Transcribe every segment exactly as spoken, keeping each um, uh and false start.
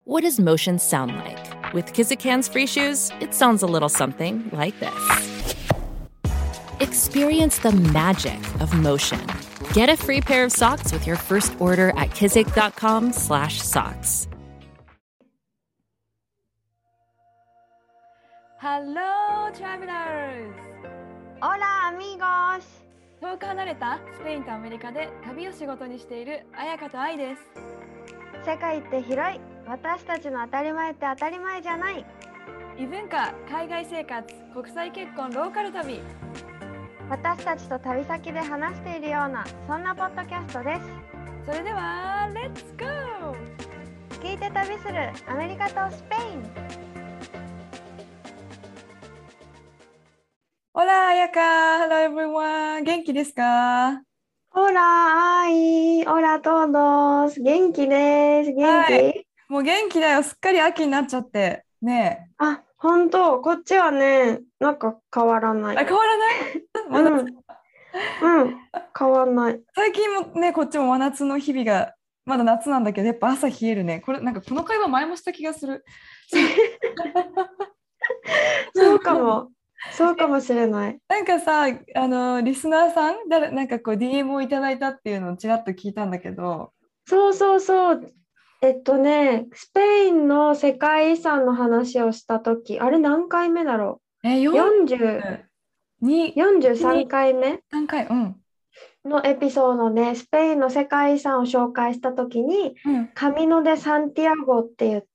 What does motion sound like? With Kizikans free shoes, it sounds a little something like this. Experience the magic of motion. Get a free pair of socks with your first order at kizik.com slash socks. Hello, travelers! Hola, amigos! 遠く離れたスペインとアメリカで旅を仕事にしている彩香と愛です。 世界って広い。私たちの当たり前って当たり前じゃない。 異文化、海外生活、国際結婚、ローカル旅。 私たちと旅先で話しているような、そんなポッドキャストです。 それでは、レッツゴー！ 聞いて旅するアメリカとスペイン。 Hola, Ayaka! Hello, everyone! 元気ですか？ ホラ、アイ、ホラ、トードス。元気です。元気、はい、 もう元気だよ。すっかり秋になっちゃってね。 あ、本当。こっちはね、なんか変わらない。 あ、変わらない？ うん、うん、変わらない。 最近もね、こっちも真夏の日々がまだ夏なんだけど、やっぱ朝冷えるね。これなんかこの会話前もした気がする。 そうかも。そうかもしれない。 なんかさ、あのリスナーさん誰なんかこう ディーエム をいただいたっていうのをちらっと聞いたんだけど。 そうそうそう。えっとね、スペインの世界遺産の話をしたとき、あれ何回目だろう？ え、 よんじゅう、よんじゅうさんかいめさんかい、うん、 のエピソードでスペインの世界遺産を紹介したときに、 うん、 カミノ・デ・サンティアゴって言って、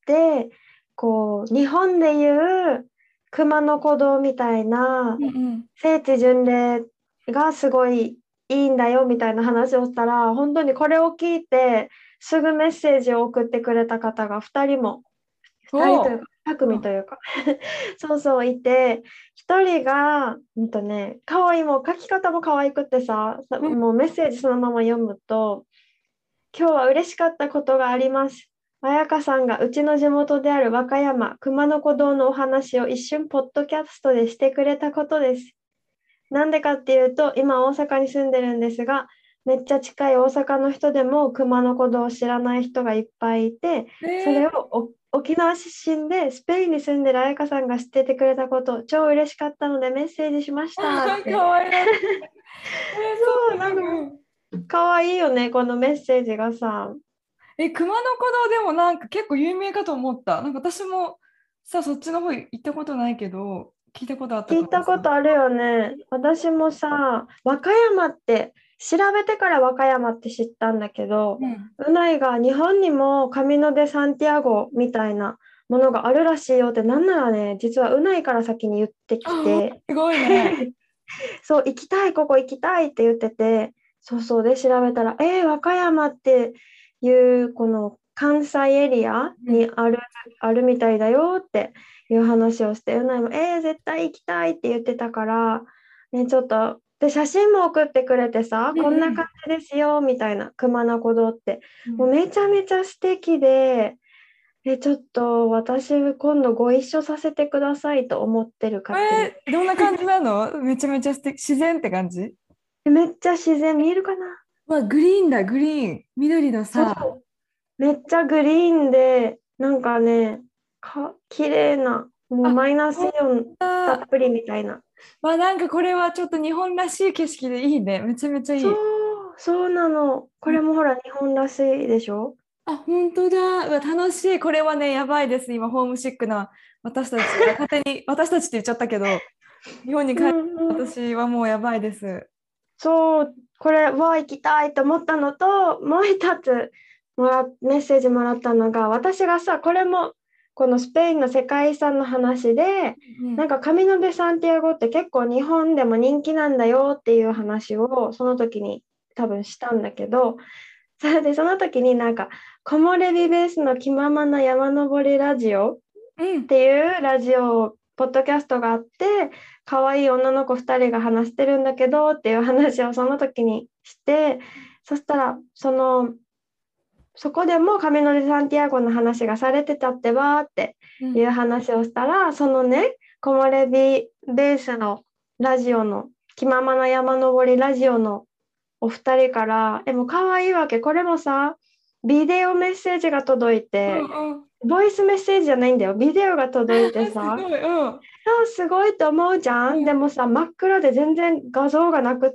こう日本でいう熊野古道みたいな聖地巡礼がすごいいいんだよみたいな話をしたら、本当にこれを聞いてすぐメッセージを送ってくれた方がふたりもふたりというかふたくみというか、うん、そうそういて、ひとりがうんとね、可愛い、もう書き方も可愛くってさ、うん、もうメッセージそのまま読むと、今日は嬉しかったことがあります。彩香さんがうちの地元である和歌山熊野古道のお話を一瞬ポッドキャストでしてくれたことです。なんでかっていうと、今大阪に住んでるんですが、めっちゃ近い大阪の人でも熊野古道を知らない人がいっぱいいて、えー、それを沖縄出身でスペインに住んでる彩香さんが知っててくれたこと、超嬉しかったのでメッセージしましたって。 かわいい。 そう、なんかかわいいよね、このメッセージがさ。 え、熊野古道でもなんか結構有名かと思った。なんか私もさ、そっちの方行ったことないけど、聞いたことあったか聞いたことあるよね。私もさ、和歌山って調べてから和歌山って知ったんだけど、うない、が日本にもカミノ・デ・サンティアゴみたいなものがあるらしいよって、なんならね、実はうないから先に言ってきて、 すごいね。 そう、行きたい、ここ行きたいって言ってて、そうそうで調べたら、えー、和歌山っていうこの関西エリアにある、うん、あるみたいだよっていう話をして、うないもえー、絶対行きたいって言ってたから、ね、ちょっとで写真も送ってくれてさ、うんうん、こんな感じですよみたいな、熊野古道って、うん、もうめちゃめちゃ素敵で、えちょっと私今度ご一緒させてくださいと思ってる。勝手に。 えー、どんな感じなの？めちゃめちゃ素敵、自然って感じ？ めっちゃ自然、見えるかな？ わ、グリーンだ、グリーン、緑のさ。 そうめっちゃグリーンで、なんかね、か綺麗な、もうマイナスイオンたっぷりみたいな。 まあなんかこれはちょっと日本らしい景色でいいね。めちゃめちゃいい。 そう、そうなの。これもほら日本らしいでしょ？ あ、本当だ。うわ、楽しい。これはね、やばいです。今、ホームシックな私たちが勝手に、私たちって言っちゃったけど、日本に帰って私はもうやばいです。 そう、これは行きたいと思ったのと、もう一つもらメッセージもらったのが、私がさ、これもこのスペインの世界遺産の話で、うん、なんかカミノ・デ・サンティアゴって結構日本でも人気なんだよっていう話をその時に多分したんだけど、それでその時になんか木漏れ日ベースの気ままな山登りラジオっていうラジオ、ポッドキャストがあって、可愛い女の子ふたりが話してるんだけどっていう話をその時にして、そしたらそのそこでもカミノ・デ・サンティアゴの話がされてたってばっていう話をしたら、うん、そのね木漏れ日ベースのラジオの気ままな山登りラジオのお二人から、でも可愛いわけ、これもさビデオメッセージが届いて、 うんうん、 ボイスメッセージじゃないんだよ。ビデオが届いてさ、 すごい、うん、 そうすごいと思うじゃん。 うん、 でもさ、真っ暗で全然画像がなくって、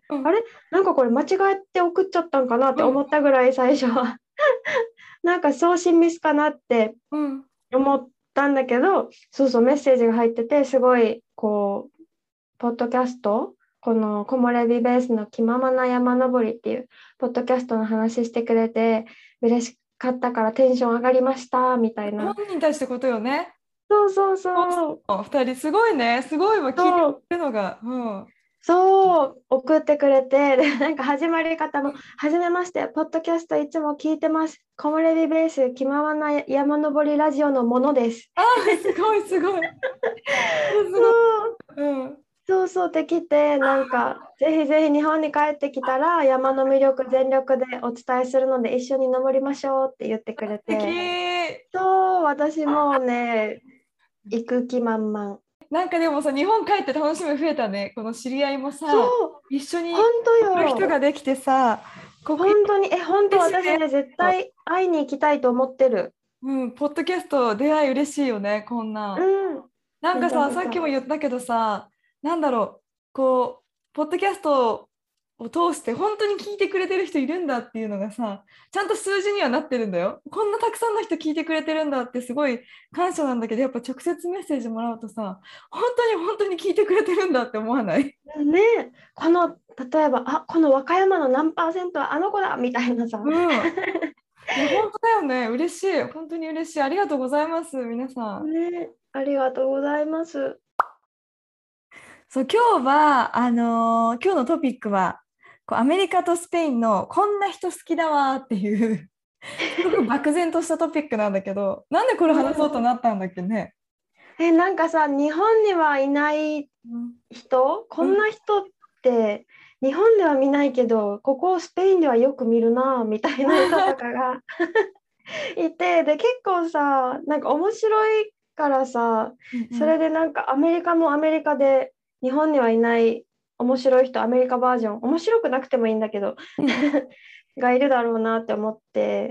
うん、 あれなんかこれ間違えて送っちゃったんかなって思ったぐらい最初は。なんか送信ミスかなってうん、 思ったんだけど、そうそう、メッセージが入ってて、すごい、こう、ポッドキャスト、この木漏れ日ベースの気ままな山登りっていうポッドキャストの話してくれて、嬉しかったからテンション上がりましたみたいな。 本人たちってことよね。 そうそうそう。 ふたりすごいね、すごいわ、聞いそうてるのが。うん、 そう送ってくれて、でなんか始まり方も「はじめまして、ポッドキャストいつも聞いてます。木漏れ日ベース気ままな山登りラジオのものです」 あー、すごい、すごい。すごい。 そう、 うん、 そうそうできて、なんかぜひぜひ日本に帰ってきたら山の魅力全力でお伝えするので一緒に登りましょうって言ってくれ素敵。 て、そう私もうね行く気満々。 なんかでもさ、日本帰って楽しみ増えたね。この知り合いもさ、 そう一緒に本当来る人よ。 ができてさ、ここ、 本当に、え、本当嬉しいね。 私ね、絶対会いに行きたいと思ってる。 うん、ポッドキャスト出会い嬉しいよね、こんな。 うん。 なんかさ、 めちゃめちゃ。 さっきも言ったけどさ、なんだろう、こう、ポッドキャストを通して本当に聞いてくれてる人いるんだっていうのがさ、ちゃんと数字にはなってるんだよ。こんなたくさんの人聞いてくれてるんだってすごい感謝なんだけど、やっぱ直接メッセージもらうとさ、本当に本当に聞いてくれてるんだって思わない？ ね、この、例えば、あ、この和歌山の何パーセントはあの子だみたいなさ。 うん。いや本当だよね。嬉しい。本当に嬉しい。ありがとうございます、皆さん。 ね、ありがとうございます。 そう、今日は、あのー今日のトピックは、こうアメリカとスペインのこんな人好きだわっていうすごく漠然としたトピックなんだけど、なんでこれ話そうとなったんだっけね。 え、なんかさ、日本にはいないうん人、こんな人って日本では見ないけど、ここスペインではよく見るなみたいな人とかがいて、で、結構さ、なんか面白いからさ、 うんそれでなんかアメリカもアメリカで日本にはいない面白い人、アメリカバージョン、面白くなくてもいいんだけど、 うんがいるだろうなって思って。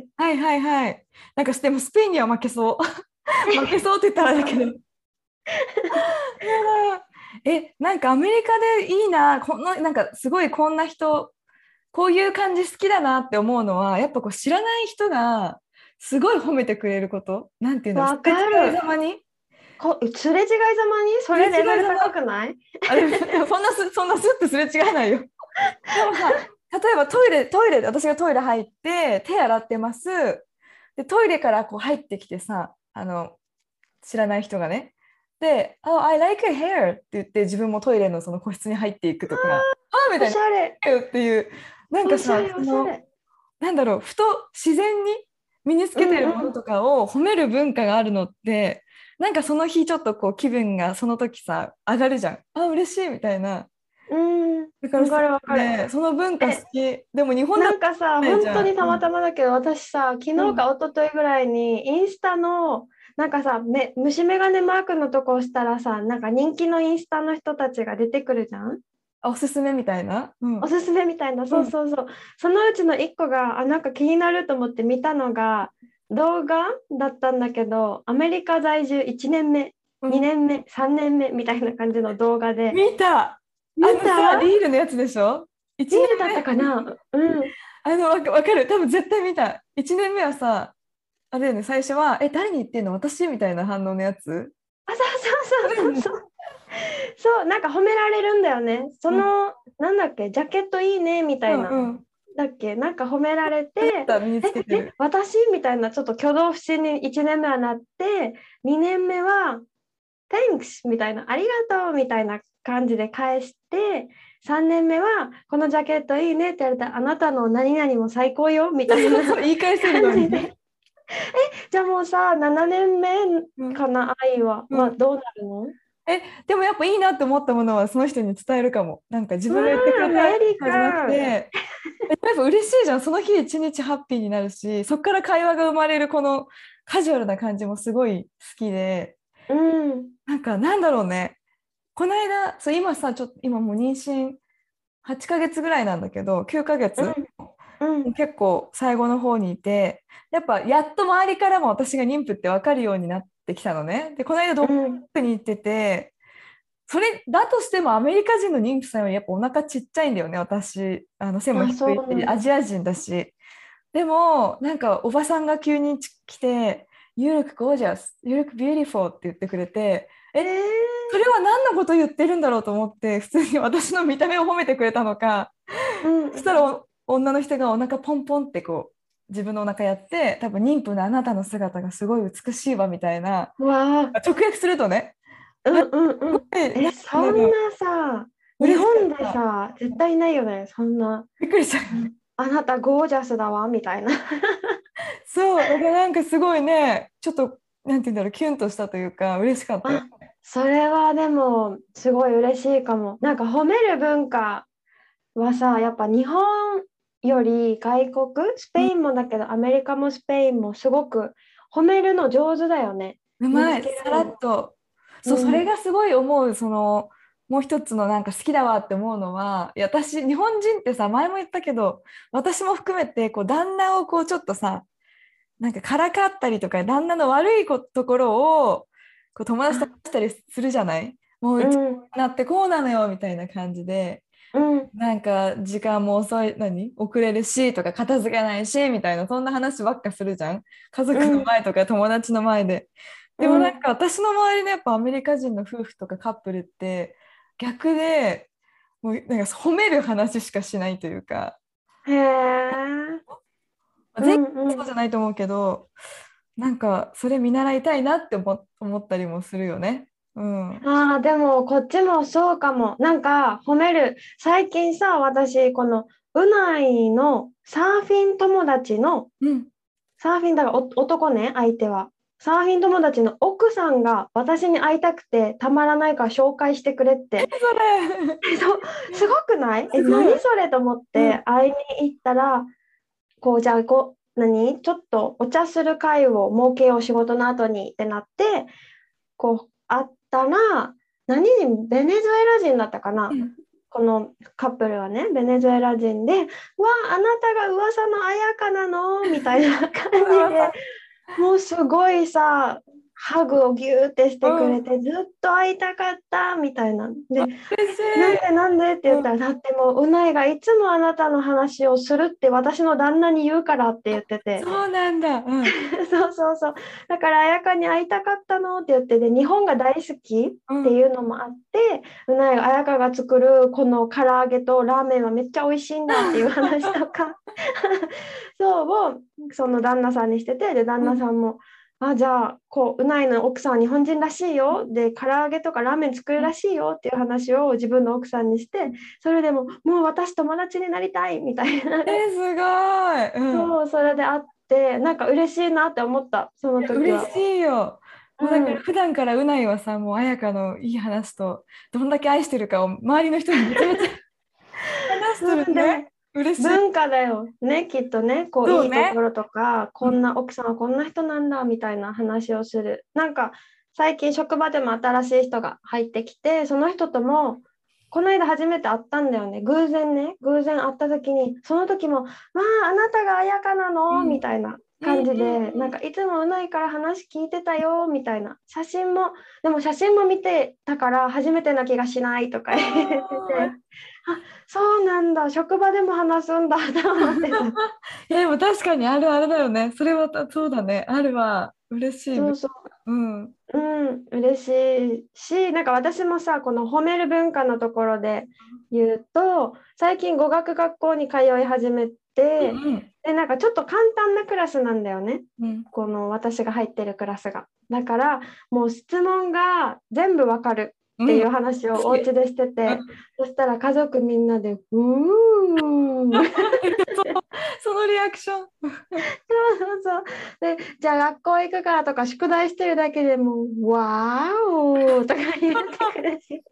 はいはいはい。なんかでもスペインには負けそう。負けそうって言ったらあれだけど。やだ。え、なんかアメリカでいいな、こんな、なんかすごいこんな人、こういう感じ好きだなって思うのは、やっぱこう知らない人がすごい褒めてくれること。なんていうんだろう、 わかる。 すれ違いざまに。 こすれ違いざまにそれレベル高くない？ あれそんなすそんなスッとすれ違えないよ。でもさ、例えばトイレトイレで私がトイレ入って手洗ってます。でトイレからこう入ってきてさ、あの知らない人がね。で、Oh, I like your hair って言って自分もトイレのその個室に入っていくとか、ああみたいなおしゃれ。 っていう、なんかさ、 おしゃれ、 そのおしゃれ。 なんだろう、ふと自然に身につけてるものとかを褒める文化があるのって。なんかその日ちょっとこう気分がその時さ上がるじゃん。あ、嬉しいみたいな。 うん、 だからわかるわかる。 ね、その文化好き。でも日本だなんかさ、 ないじゃん。 本当にたまたまだけど、私さ、昨日か一昨日ぐらいにインスタの、なんかさ、め虫眼鏡マークのとこ押したらさ、なんか人気のインスタの人たちが出てくるじゃん。 あ、おすすめみたいな。うん、 おすすめみたいな、そうそうそう。そのうちのいっこが、あ、なんか気になると思って見たのが、動画だったんだけど、アメリカ在住いちねんめ、 うんにねんめ、さんねんめみたいな感じの動画で。 見た。 見あのさ、 た？ リールのやつでしょ？ リールだったかな？うん。 あの、わか、わかる。多分絶対見た。いちねんめはさ、あれだよね、最初は、え、誰に言ってんの私みたいな反応のやつ。 あ、そうそうそうそうそう。そう、なんか褒められるんだよね。その、なんだっけ、ジャケットいいねみたいな。 うんうん、 だっけ、なんか褒められて、 身につけてる。 え、え、私みたいな、ちょっと挙動不審にいちねんめはなって、にねんめは、Thanks みたいな、ありがとうみたいな感じで返して、さんねんめは、このジャケットいいねって言われたら、あなたの何々も最高よみたいな言い返せるのに。 え、じゃあもうさ、ななねんめかな、愛は、 うん、 まあ、どうなるの？ え、でもやっぱいいなって思ったものはその人に伝えるかも。なんか自分が言ってくれたメリからじゃなくて、やっぱ嬉しいじゃん。その日一日ハッピーになるし、そこから会話が生まれるこのカジュアルな感じもすごい好きで、 うん、 なんかなんだろうね。この間、そう今さ、ちょっと今もう妊娠はちかげつぐらいなんだけど、きゅうかげつ、 うん、 うん、 結構最後の方にいて、やっぱやっと周りからも私が妊婦って分かるようになってきたのね。でこの間ドうッん。 クに行ってて、それだとしてもアメリカ人の妊婦さんよりやっぱお腹ちっちゃいんだよね。私あの背もあ、 低いしそうなんだ。 アジア人だし。でもなんかおばさんが急に来て「You look gorgeous, you look beautiful」って言ってくれて、 ええ、それは何のこと言ってるんだろうと思って、普通に私の見た目を褒めてくれたのか、 ー、うん、 そしたらお女の人がお腹ポンポンってこう自分のお腹やって、多分妊婦のあなたの姿がすごい美しいわみたいな、 うわあ、 直訳するとね、 うんなんうんうん。 で、 え、 なんそんだろう、 なさ、日嬉しか本でった。 さ、絶対ないよね、そんな。 びっくりした。 うん、あなたゴージャスだわ、みたいな。 そう、だからなんかすごいね、ちょっと、なんて言うんだろう、キュンとしたというか、嬉しかったよ。 あ、それはでも、すごい嬉しいかも。なんか褒める文化はさ、やっぱ日本より外国、スペうん、 インもだけど、アメリカもスペインもすごく褒めるの上手だよね。見つうまい、さらけるの。 っと。そう、それうん。 がすごい思う、その、もう一つのなんか好きだわって思うのは、いや、私、日本人ってさ、前も言ったけど、私も含めて、こう、旦那をこう、ちょっとさ、なんかからかったりとか、旦那の悪いこところを、こう、友達と話あ、 したりするじゃない。もう、 ううちん、 になってこうなのよ、みたいな感じで、 うん、 なんか、時間も遅い、何遅れるし、とか、片付けないし、みたいな、そんな話ばっかするじゃん。家う族のん、 前とか友達の前で。 うでもなんん。 か私の周りのやっぱアメリカ人の夫婦とかカップルって逆でもうなんか褒める話しかしないというか、 へえ。う全員んうん。 そうじゃないと思うけど、なんかそれ見習いたいなって思思ったりもするよね。うん。 ああ、でもこっちもそうかも。なんか褒める。最近さ、私、このうないのサーフィン友達の、 うん。 サーフィンだからお男ね、相手は。サーフィン友達の奥さんが私に会いたくてたまらないから紹介してくれって。 それそう、すごくないえ、 すごい。 何それと思っうん。 て会いに行ったら、こう、じゃあ、こう、何ちょっとお茶する会を設けよう、仕事の後にってなって、こう、会ったら、何人、ベネズエラ人だったかな、 うん。 このカップルはね、ベネズエラ人で、わあ、あなたが噂の綾香なのみたいな感じで、もうすごいさ、ハグをギューってしうてくれん。 て、ずっと会いたかったみたいな。で、 嬉しい。 なんでなんでって言ったら、 うん。 だってもう、うないがいつもあなたの話をするって私の旦那に言うからって言ってて、 そうなんだ。うん。 そうそうそう。だから、彩香に会いたかったのって言ってで、日本が大好きってうん。 いうのもあって、うないが彩香が作るこの唐揚げとラーメンはめっちゃ美味しいんだっていう話とか、そうをその旦那さんにしてて、で、旦うん。 那さんも、あ、じゃあ、こう、うないの奥さんは日本人らしいよ。で、唐揚げとかラーメン作るらしいよっていう話を自分の奥さんにして、それでも、もう私友達になりたいみたいな。 えー、すごい。うん。 そう、それで会って、なんか嬉しいなって思った、その時は。 嬉しいよ。 うもうだからん。 普段からうないはさ、もう彩香のいい話と、どんだけ愛してるかを周りの人にめちゃめちゃ話してうん、でるね。 も、 嬉しい。 文化だよね、きっとね。こう、 そうね。 いいところとか、 うん。 こんな奥さんはこんな人なんだみたいな話をする。なんか、最近職場でも新しい人が入ってきて、その人とも、この間初めて会ったんだよね。偶然ね、偶然会った時に、その時も、まあ、あなたが彩香なのみうん。 たいなうん。 感じで、なんうん。 かいつもうないから話聞いてたよみたいな。写真も、でも写真も見てたから初めてな気がしないとか言ってて、 ああ、そうなんだ、職場でも話すんだと思ってた。 ーいや、でも確かにあるあるだよね。それはたそうだね。あるわ。嬉しい。 そうそうん。 う、うん、嬉しいし、なんか私もさ、この褒める文化のところで言うと、最近語学学校に通い始めて、 うん。 で、なんかちょっと簡単なクラスなんだよね。 うん。 この私が入ってるクラスが。だから、もう質問が全部わかるっていうん。 う話を好き。 お家でしてうん。 て、そしたら家族みんなで、うーん。 そのリアクション。 そうそうそう。で、じゃあ学校行くからとか宿題してるだけでもう、わーおーとか言ってくるし。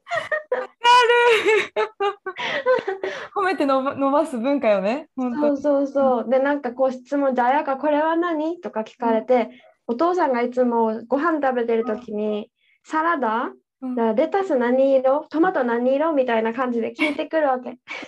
褒めて伸ば伸ばす文化よね。本当に。 そうそうそう。で、なんかこう質問で、あやか、これは何とか聞うん。 かれて、お父さんがいつもご飯食べてる時に、サラダうん。 だからレタス何色トマト何色みたいな感じで聞いてくるわけ。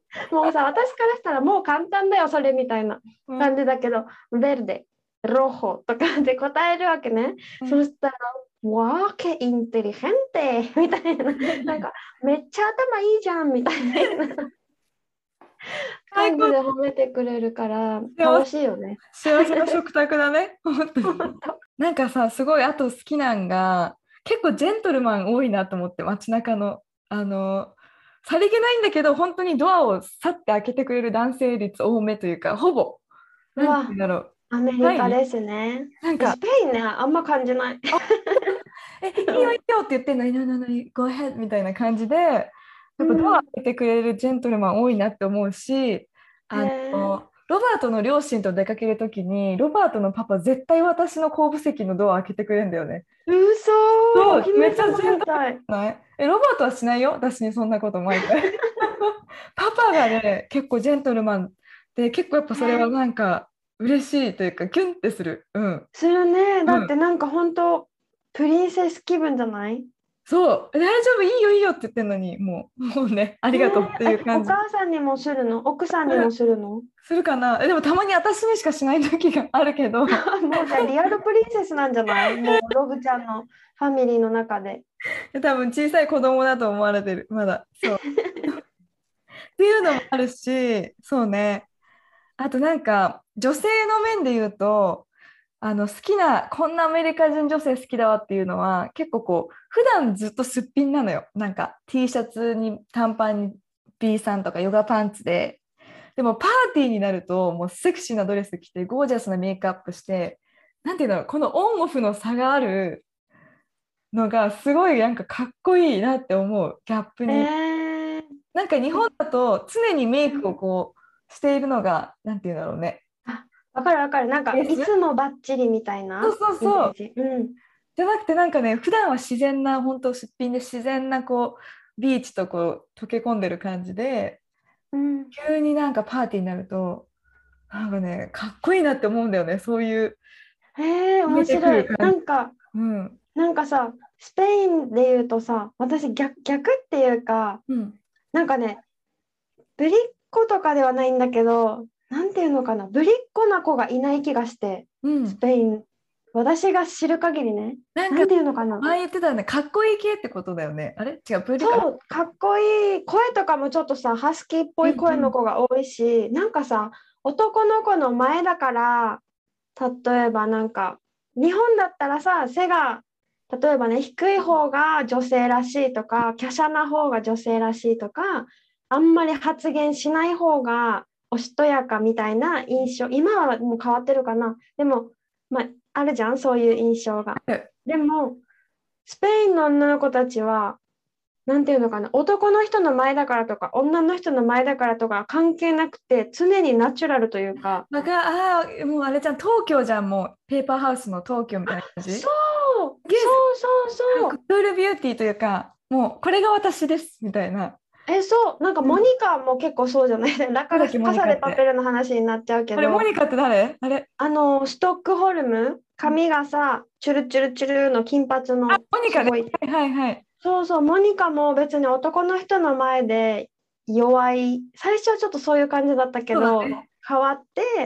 もうさ、私からしたらもう簡単だよ、それみたいな感じだけど、ベルデ、ロホとかで答えるわけね。うん、そしたら、わーけインテリヘンテみたいな、なんかめっちゃ頭いいじゃんみたいな感じで褒めてくれるから楽しいよね。 幸せな食卓だね。本当になんかさ、すごいあと好きなんが、結構ジェントルマン多いなと思って、街中のあのさりげないんだけど本当にドアをさって開けてくれる男性率多めというか、ほぼなんて言うんだろう、 アメリカですね。なんかスペインね、あんま感じない。 え、いいよいいよって言ってんのに、no, no, no, go ahead みたいな感じで、やっぱドア開けてくれるジェントルマン多いなって思うし、あのロバートの両親と出かけるときに、ロバートのパパ絶対私の後部席のドア開けてくれるんだよね。 うそー、めっちゃジェントルマンない。え、ロバートはしないよ、私にそんなこと毎回。パパがね、結構ジェントルマンで、結構やっぱそれはなんか嬉しいというか、キュンってする。うん。 するね。だってなんか本当、プリンセス気分じゃない？ そう、大丈夫、いいよいいよって言ってるのに、もう、もうね、ありがとうっていう感じ。 お母さんにもするの？奥さんにもするの？ するかな。え、でもたまに私にしかしない時があるけど。もうじゃあリアルプリンセスなんじゃない？もうロブちゃんのファミリーの中で。 多分小さい子供だと思われてる、まだ。そう。っていうのもあるし、そうね。あとなんか、女性の面で言うと、あの好きな、こんなアメリカ人女性好きだわっていうのは、結構こう普段ずっとすっぴんなのよ。なんか T シャツに短パンに B さんとかヨガパンツで、でもパーティーになるともうセクシーなドレス着てゴージャスなメイクアップして、なんていうの、このオンオフの差があるのがすごいなんかかっこいいなって思う、ギャップに。 えー、 なんか日本だと常にメイクをこうしているのが、なんていうんだろうね。 わかるわかる。なんかいつもバッチリみたいな。 そうそうそう。 うん、 じゃなくてなんかね、普段は自然な、本当すっぴんで自然なこうビーチとこう溶け込んでる感じで、 うん、 急になんかパーティーになるとなんかね、かっこいいなって思うんだよね、そういう。 へえ、面白い。なんか、 うん、 なんかさ、スペインで言うとさ、私逆、逆っていうか、 うん、 なんかね、ぶりっ子とかではないんだけど、なんていうのかな、ぶりっ子な子がいない気がして、 うん、 スペイン、私が知る限りね、 なんかなんていうのかな。 前言ってたよね、かっこいい系ってことだよね。あれ違う、ブリそう、かっこいい。声とかもちょっとさ、ハスキーっぽい声の子が多いし、うんうん、なんかさ、男の子の前だから、例えばなんか、日本だったらさ、背が、例えばね、低い方が女性らしいとか、華奢な方が女性らしいとか、あんまり発言しない方がおしとやかみたいな印象、今はもう変わってるかな。でも、まあ、あるじゃん、そういう印象が。でも、スペインの女の子たちは、なんていうのかな、男の人の前だからとか、女の人の前だからとか関係なくて、常にナチュラルというか。 なんか、ああ、もうあれじゃん、東京じゃん、もうペーパーハウスの東京みたいな感じ。 そう、そうそうそう。 クールビューティーというか、もうこれが私ですみたいな。 え、そう、なんかモニカも結構そうじゃない？だからカサでパペルの話になっちゃうけど。 あれ、モニカって誰？あれ、 あの、ストックホルム、髪がさ、チュルチュルチュルの金髪の。 あ、モニカね。はいはいはい。 そうそう、モニカも別に男の人の前で弱い、最初はちょっとそういう感じだったけど、ね、変わって、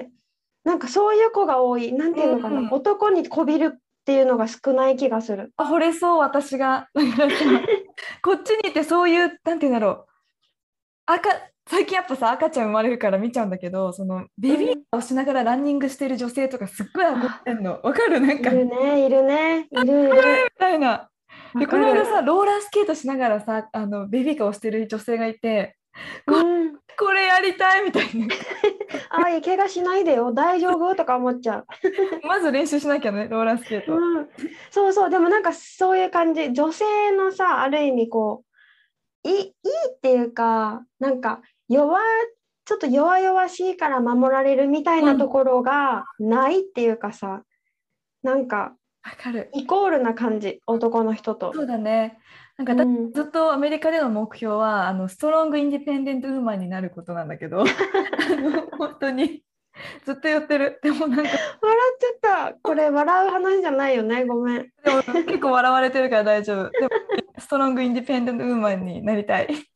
なんかそういう子が多い。なんていうのかな、うん、男にこびるっていうのが少ない気がする。 あ、惚れそう、私が。こっちにいてそういう、なんていうんだろう。赤、最近やっぱさ、赤ちゃん生まれるから見ちゃうんだけど、そのベビーカーをしながらランニングしてる女性とかすっごい憧れるの。わかる？なんか。 いるね、いるね、いるいる。 みたいな。で、この間さ、ローラースケートしながらさ、あのベビーカーをしてる女性がいて、これ、うん、これやりたいみたいな。 ああ、怪我しないでよ、大丈夫とか思っちゃう。 まず練習しなきゃね、ローラースケート。 うん、そうそう、でもなんかそういう感じ、女性のさ、ある意味こう、いい、いいっていうか、なんか弱、ちょっと弱々しいから守られるみたいなところがないっていうかさ、うん、なんか、 わかる。 イコールな感じ、男の人と。 そうだね。なんか、うん、ずっとアメリカでの目標はあのストロング・インディペンデント・ウーマンになることなんだけどあの本当にずっと言ってる。でもなんか笑っちゃった。これ笑う話じゃないよね。ごめん。 でも結構笑われてるから大丈夫。でもストロング・インディペンデント・ウーマンになりたいって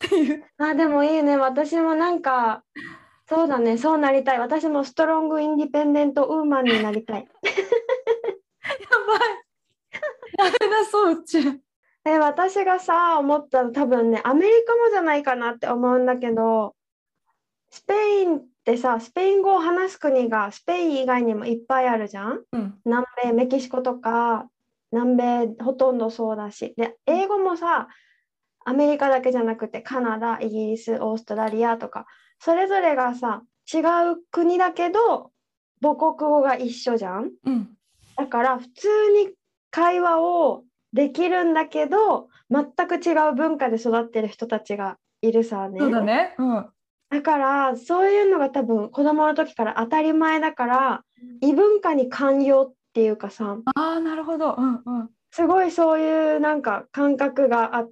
っていう。 あ、でもいいね。私もなんか、そうだね、そうなりたい。私もストロングインディペンデントウーマンになりたい。 やばい。ダメだそう、うち。 え、私がさ、思ったの多分ね、アメリカもじゃないかなって思うんだけど、スペインってさ、スペイン語を話す国がスペイン以外にもいっぱいあるじゃん。 うん、 南米、メキシコとか、南米ほとんどそうだし。で、英語もさ、アメリカだけじゃなくてカナダ、イギリス、オーストラリアとか、それぞれがさ、違う国だけど母国語が一緒じゃん。 うん、 だから普通に会話をできるんだけど、全く違う文化で育ってる人たちがいるさね。 そうだね。うん。 だからそういうのが多分子供の時から当たり前だから、異文化に寛容っていうかさ、 ああ、なるほど。うんうん。 すごいそういうなんか感覚があって、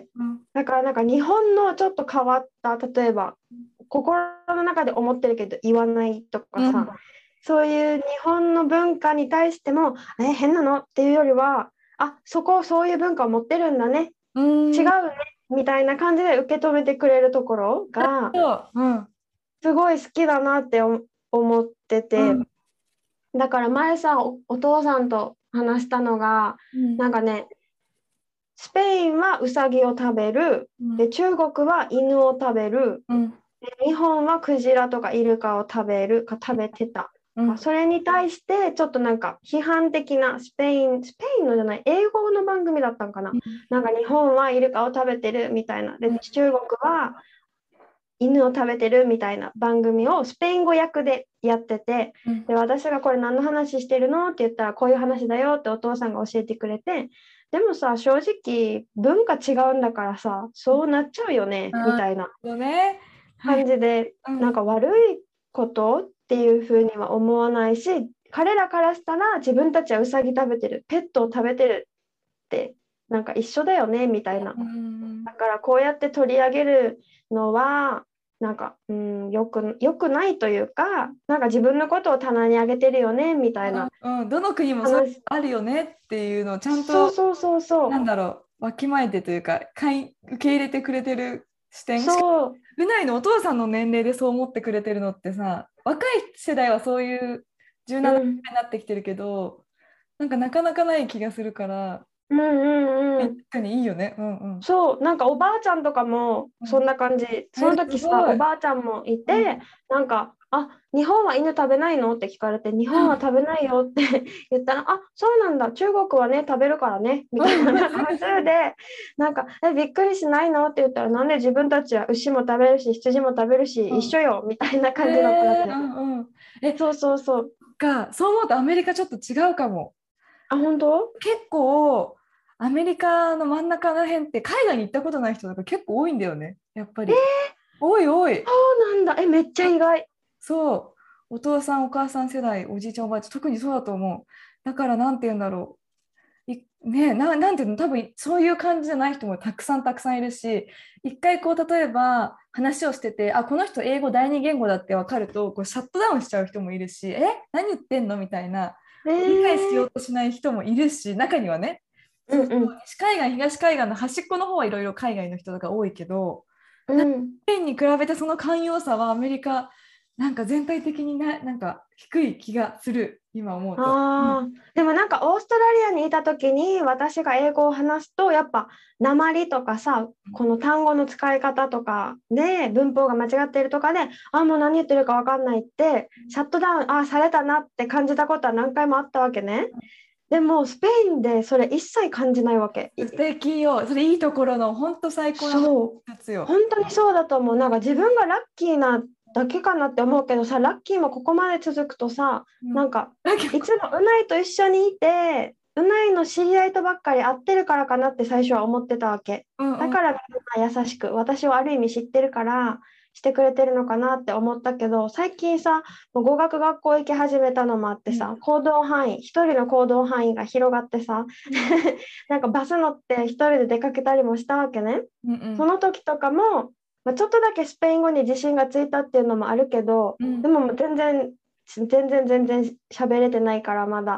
うん、 だからなんか日本のちょっと変わった、例えば心の中で思ってるけど言わないとかさ、 うん、 そういう日本の文化に対してもえ変なのっていうよりは、あ、そこそういう文化を持ってるんだね、 うん、 違うねみたいな感じで受け止めてくれるところがそう、うん、 すごい好きだなって思ってて、 うん、 だから前さ お, お父さんと話したのが、 うん、 なんかね、スペインはウサギを食べる、 うん、 で中国は犬を食べる、 うん、 で日本はクジラとかイルカを食べるか食べてた。 うん、 それに対してちょっとなんか批判的なスペイン、スペインのじゃない、英語の番組だったのかな。なんか日本はイルカを食べてるみたいな。で、中国は犬を食べてるみたいな番組をスペイン語訳でやってて、 うん、 で、私がこれ何の話してるのって言ったら、こういう話だよってお父さんが教えてくれて、でもさ、正直文化違うんだからさ、そうなっちゃうよねみあたいなーね。はい。 感じで、 うん、 なんか悪いことっていうふうには思わないし、彼らからしたら自分たちはウサギ食べてる、ペットを食べてるってなんか一緒だよねみたいな。 うん、 だからこうやって取り上げるのはなんか、うん、よく、よくないというか、なんか自分のことを棚に上げてるよねみたいなうん、どの国もそういうの話。 あるよねっていうのをちゃんと、 そうそうそうそうなんだろう、わきまえてというか、かい受け入れてくれてる視点。しかも、 そう、 うないのお父さんの年齢でそう思ってくれてるのってさ、若い世代はそういう柔軟な世うん、 代になってきてるけど、なんかなかなかない気がするから、 うんうんうん。 確かにいいよね。うんうん。 そう、なんかおばあちゃんとかもそんな感じ。そのえ、す時さ、 ごい。 おばあちゃんもいうんて、なんか、あ、日本は犬食べないのって聞かれて、日本は食べないよって言ったら、あ、そうなんだ、中国はね、食べるからね、みたいな、なんか普通で、なんか、え、びっくりしないのって言ったら、なんで自分たちは牛も食べるし、羊も食べるし、一緒よ、みたいな感じのクラスで。 えーうんうん。え、 そうそうそう。 か、そう思うとアメリカちょっと違うかも。 あ、本当？ 結構、アメリカの真ん中ら辺って海外に行ったことない人とか結構多いんだよね、やっぱえー、 り。多い多い。 そうなんだ。え、めっちゃ意外。 そう。お父さん、お母さん世代、おじいちゃん、おばあちゃん、特にそうだと思う。だからなんて言うんだろう。いね、な、なんていうの、多分そういう感じじゃない人もたくさんたくさんいるし、一回こう、例えば話をしてて、あ、この人英語第二言語だって分かると、こうシャットダウンしちゃう人もいるし、え、何言ってんのみたいな、 え理解しよー、 うとしない人もいるし、中にはね、そうそう、 うんうん。 西海岸、東海岸の端っこの方はいろいろ海外の人とか多いけど、 うん。 スペインに比べてその寛容さはアメリカ、なんか全体的にな、なんか低い気がする、今思うと。うん、 ああ、でもなんかオーストラリアにいた時に私が英語を話すとやっぱ訛りとかさ、この単語の使い方とかで文法が間違っているとかで、あ、もう何言ってるか分かんないってシャットダウン、あ、されたなって感じたことは何回もあったわけね。でもスペインでそれ一切感じないわけ。い素敵よ。それいいところの、本当最高なそう、 やつよ。 本当にそうだと思う。なんか自分がラッキーなだけかなって思うけどさ、ラッキーもここまで続くとさ、 うん、 なんかだけど、 いつもうないと一緒にいて、うないの知り合いとばっかり会ってるからかなって最初は思ってたわけ。 うんうん、 だからみんな優しく、私をある意味知ってるからしてくれてるのかなって思ったけど、最近さ、もう語学学校行き始めたのもあってさ、行動範囲、一人の行動範囲が広がってさ、なんかバス乗って一人で出かけたりもしたわけね。 うんうん、 その時とかも、まあ、ちょっとだけスペイン語に自信がついたっていうのもあるけど、 うん、 でももう全然全然全然喋れてないからまだ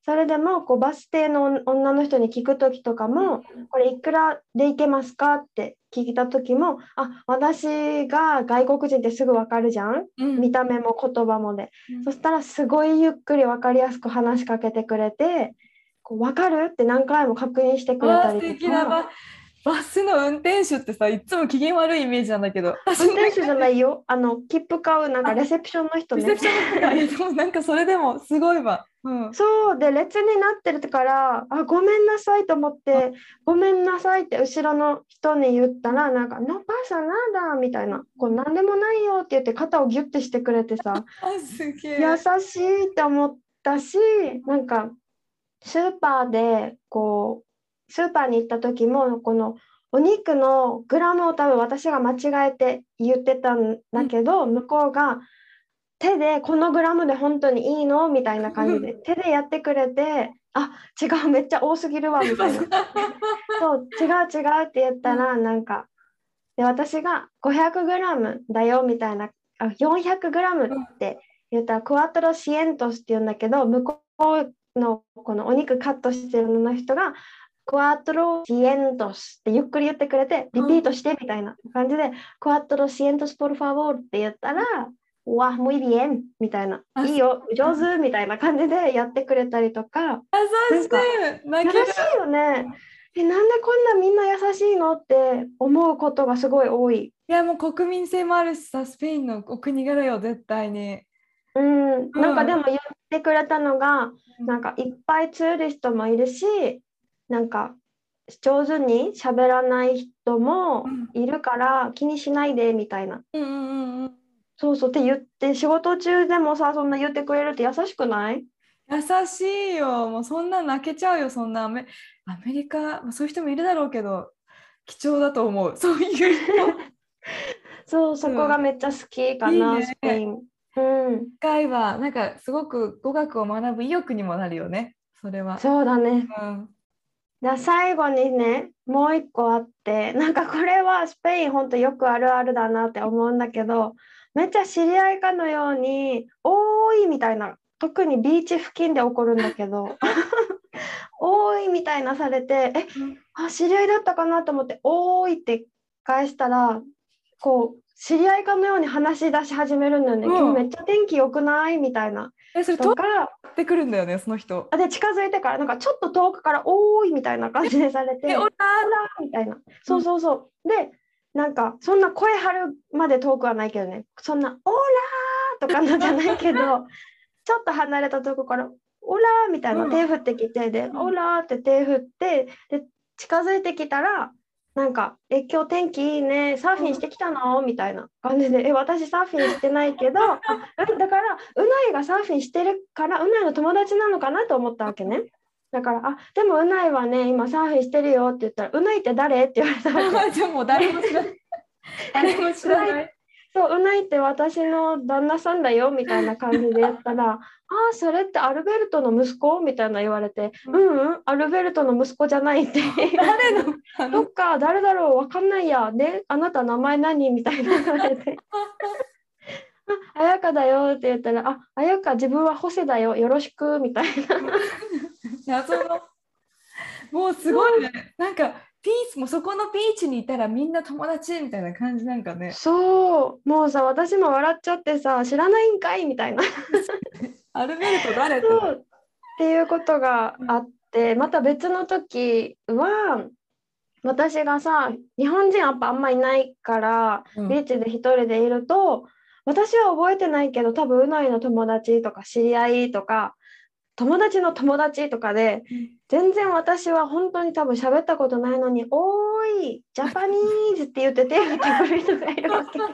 それでもこうバス停の女の人に聞く時とかも、これいくらで行けますかって聞いた時も、あ、私が外国人ってすぐ分かるじゃん、うん、見た目も言葉もで、うん、そしたらすごいゆっくり分かりやすく話しかけてくれて、こう分かるって何回も確認してくれたりとか。素敵なバスの運転手ってさ、いつも機嫌悪いイメージなんだけど。 運転手じゃないよ。あの切符買うなんかレセプションの人ね。 レセプションの人でもなんかそれでもすごいわ。 うん、そうで列になってるからあごめんなさいと思ってごめんなさいって後ろの人に言ったらなんか「ノパサナダ」みたいな「こう何でもないよ」って言って肩をギュッてしてくれてさすげえ優しいって思ったし、なんかスーパーでこうスーパーに行った時もこのお肉のグラムを多分私が間違えて言ってたんだけど、うん、向こうが手でこのグラムで本当にいいのみたいな感じで手でやってくれてあ違うめっちゃ多すぎるわみたいなそう違う違うって言ったらなんかで私がごひゃくグラムだよみたいなあよんひゃくグラムって言ったらクワトロシエントスって言うんだけど向こうのこのお肉カットしてるの人がクワトロシエントスってゆっくり言ってくれてリピートしてみたいな感じで、うん、クワトロシエントスポルファボールって言ったらわ、muy bien みたいな、いいよ、上手みたいな感じでやってくれたりとか、 優しい、 優しいよね。え、なんでこんなみんな優しいのって思うことがすごい多い。 いや、もう国民性もあるしさ、スペインのお国柄よ、絶対に。 うん、なんかでも言ってくれたのが、うん、なんかいっぱいツーリストもいるし、なんか上手に喋らない人もいるから気にしないでみたいな。 うんうんうん。 そうそうって言って仕事中でもさそんな言ってくれるって優しくない？ 優しいよ。もうそんな泣けちゃうよ。そんなアメ、アメリカ、まあ、そういう人もいるだろうけど貴重だと思う。そういう人そうそこがめっちゃ好きかな、 いいね、 スペイン。うん。 会はなんかすごく語学を学ぶ意欲にもなるよね。それは。 そうだね。 うん、 だ最後にねもう一個あってなんかこれはスペインほんとよくあるあるだなって思うんだけどめっちゃ知り合いかのように多いみたいな特にビーチ付近で起こるんだけど多いみたいなされてえ、うん、あ知り合いだったかなと思って多いって返したらこう知り合いかのように話し出し始めるんだよね、うん、今日めっちゃ天気良くないみたいな。 えそれとかってくるんだよねその人。 で近づいてからなんかちょっと遠くから多いみたいな感じでされてえオラーみたいなそうそうそう、うん、でなんかそんな声張るまで遠くはないけどねそんなオーラーとかのじゃないけどちょっと離れたとこからオラーみたいな手振ってきて、うん、でオラーって手振ってで近づいてきたらなんかえ今日天気いいねサーフィンしてきたのみたいな感じでえ私サーフィンしてないけどあだからうないがサーフィンしてるからうないの友達なのかなと思ったわけね。だからあでもうないはね今サーフィンしてるよって言ったらうないって誰って言われたわけ。 でも誰も知らない誰も知らないそううないって私の旦那さんだよみたいな感じで言ったらああそれってアルベルトの息子みたいな言われて、うん、うんうんアルベルトの息子じゃないって誰のどっか誰だろうわかんないやであなた名前何みたいな言われてあやかだよって言ったらああやか自分はホセだよよろしくみたいな謎のもうすごいねなんかピースもそこのビーチにいたらみんな友達みたいな感じなんかね。 そうもうさ私も笑っちゃってさ知らないんかいみたいなアルベルト誰とっていうことがあって、うん、また別の時は私がさ日本人やっぱあんまいないから、うん、ビーチで一人でいると私は覚えてないけど多分うないの友達とか知り合いとか友達の友達とかで、うん、全然私は本当に多分喋ったことないのに「おーいジャパニーズ」って言って手振ってくる人がいるわけ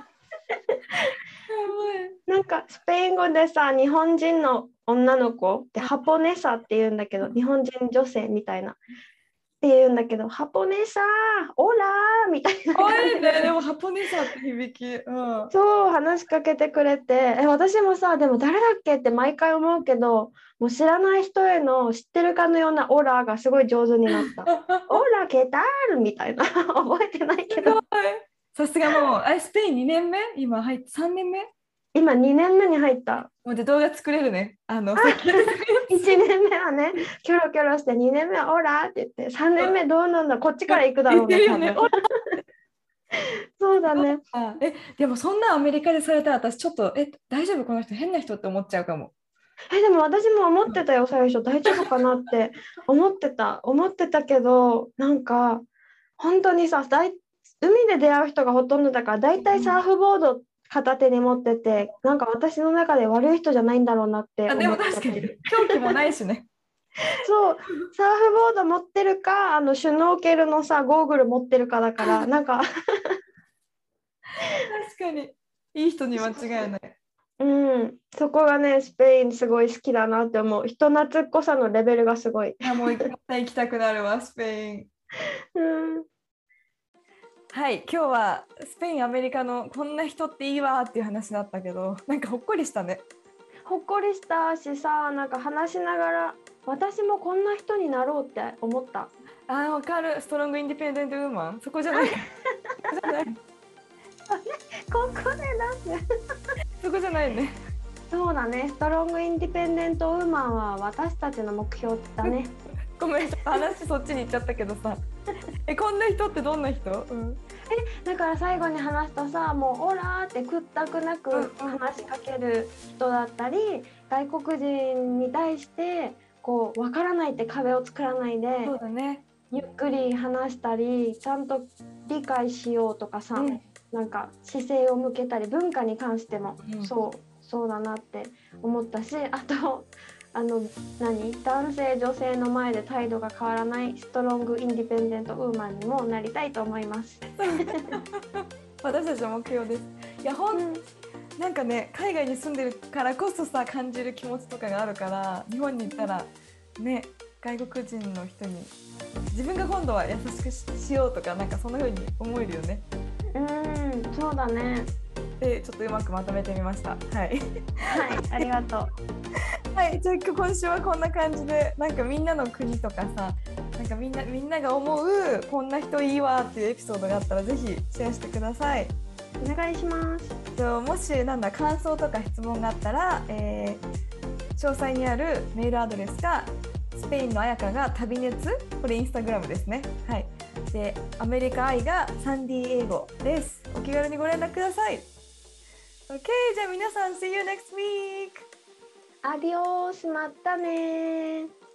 なんかスペイン語でさ日本人の女の子ってハポネサって言うんだけど日本人女性みたいなって言うんだけどハポネサオラーみたいな感じで、ね、でもハポネサって響き、うん、 そう話しかけてくれてえ私もさでも誰だっけって毎回思うけどもう知らない人への知ってるかのようなオラーがすごい上手になったオラケタールみたいな覚えてないけどさすがもうあスペインにねんめ今入ってさんねんめ今にねんめに入った。 もうで動画作れるね。あのいちねんめはねキョロキョロして、にねんめはオラって言って、さんねんめどうなんだ、こっちから行くだろうね。 ねそうだね。 えでもそんなアメリカでされたら私ちょっとえ大丈夫この人変な人って思っちゃうかも。 えでも私も思ってたよ、最初大丈夫かなって思ってた思ってたけど、なんか本当にさ、だい海で出会う人がほとんどだから、だいたいサーフボード片手に持ってて、なんか私の中で悪い人じゃないんだろうなって思って。 あでも確かに狂気もないしね。 そうサーフボード持ってるか、あのシュノーケルのさゴーグル持ってるかだからなんか確かにいい人に間違いない。 うん、そこがねスペインすごい好きだなって思う。人懐っこさのレベルがすごい。いやもうまた行きたくなるわスペイン。 うん、 はい今日はスペインアメリカのこんな人っていいわっていう話だったけど、なんかほっこりしたね。 ほっこりしたしさ、なんか話しながら私もこんな人になろうって思った。 あーわかる。ストロングインディペンデントウーマン、そこじゃない。 ここで出すそこじゃないね。 そうだね、ストロングインディペンデントウーマンは私たちの目標だね。 ごめん話そっちに行っちゃったけどさえこんな人ってどんな人、うん、 えだから最後に話したさ、もうオラーって屈託なく話しかける人だったり、外国人に対してこう分からないって壁を作らないで、 そうだね、 ゆっくり話したりちゃんと理解しようとかさ、うん、なんか姿勢を向けたり、文化に関しても、うん、そうそうだなって思ったし、あとあの何男性女性の前で態度が変わらないストロングインディペンデントウーマンにもなりたいと思います私たちの目標です。いやほん、うん、なんかね海外に住んでるからこそさ感じる気持ちとかがあるから、日本に行ったらね外国人の人に自分が今度は優しく し, しようとか、なんかそんな風に思えるよね。 うんそうだね。 でちょっとうまくまとめてみました。はい、はい、 ありがとうはい、じゃあ今週はこんな感じで、なんかみんなの国とかさ、なんかみんなみんなが思うこんな人いいわっていうエピソードがあったらぜひシェアしてください。 お願いします。 もしなんだ感想とか質問があったら、えー、詳細にあるメールアドレスがスペインのあやかが旅熱、これインスタグラムですね。はい。でアメリカ愛がサンディエゴです。お気軽にご連絡ください。OK、 じゃあ皆さん See you next week。 アディオース、またね。